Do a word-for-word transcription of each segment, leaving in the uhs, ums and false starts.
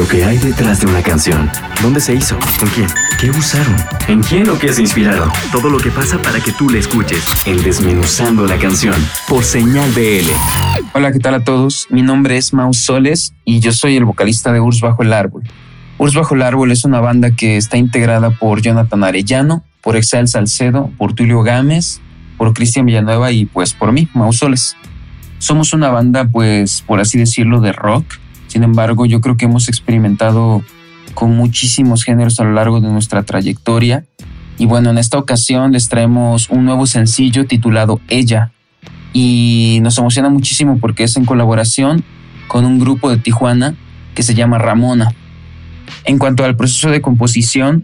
Lo que hay detrás de una canción. ¿Dónde se hizo? ¿Con quién? ¿Qué usaron? ¿En quién o qué se inspiraron? Todo lo que pasa para que tú la escuches. En Desmenuzando la Canción, por Señal B L. Hola, ¿qué tal a todos? Mi nombre es Mau Soles y yo soy el vocalista de Urs Bajo el Árbol. Urs Bajo el Árbol es una banda que está integrada por Jonathan Arellano, por Exael Salcedo, por Tulio Gámez, por Cristian Villanueva y pues por mí, Mau Soles. Somos una banda, pues, por así decirlo, de rock. Sin embargo, yo creo que hemos experimentado con muchísimos géneros a lo largo de nuestra trayectoria. Y bueno, en esta ocasión les traemos un nuevo sencillo titulado Ella. Y nos emociona muchísimo porque es en colaboración con un grupo de Tijuana que se llama Ramona. En cuanto al proceso de composición,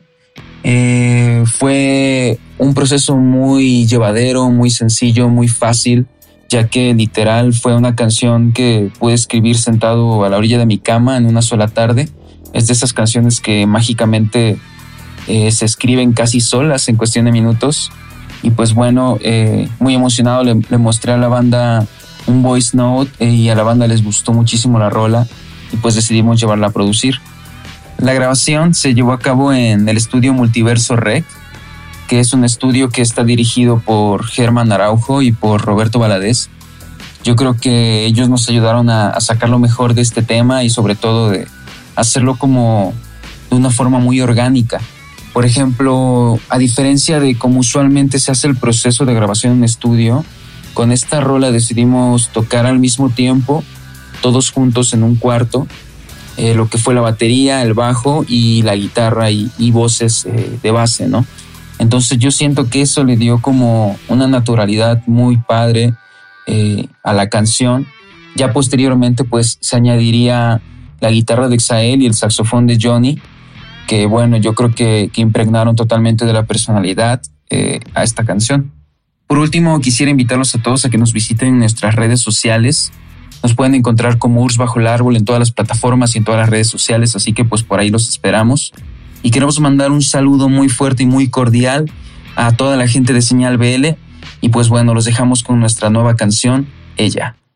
eh, fue un proceso muy llevadero, muy sencillo, muy fácil, ya que literal fue una canción que pude escribir sentado a la orilla de mi cama en una sola tarde. Es de esas canciones que mágicamente eh, se escriben casi solas en cuestión de minutos. Y pues bueno, eh, muy emocionado le, le mostré a la banda un voice note eh, y a la banda les gustó muchísimo la rola y pues decidimos llevarla a producir. La grabación se llevó a cabo en el estudio Multiverso Rec, que es un estudio que está dirigido por Germán Araujo y por Roberto Valadez. Yo creo que ellos nos ayudaron a, a sacar lo mejor de este tema y sobre todo de hacerlo como de una forma muy orgánica. Por ejemplo, a diferencia de cómo usualmente se hace el proceso de grabación en un estudio, con esta rola decidimos tocar al mismo tiempo, todos juntos en un cuarto, eh, lo que fue la batería, el bajo y la guitarra y, y voces eh, de base, ¿no? Entonces yo siento que eso le dio como una naturalidad muy padre eh, a la canción. Ya posteriormente pues se añadiría la guitarra de Exael y el saxofón de Johnny, que bueno, yo creo que, que impregnaron totalmente de la personalidad eh, a esta canción. Por último, quisiera invitarlos a todos a que nos visiten en nuestras redes sociales. Nos pueden encontrar como Urs Bajo el Árbol en todas las plataformas y en todas las redes sociales, así que pues por ahí los esperamos. Y queremos mandar un saludo muy fuerte y muy cordial a toda la gente de Señal B L. Y pues bueno, los dejamos con nuestra nueva canción, Ella.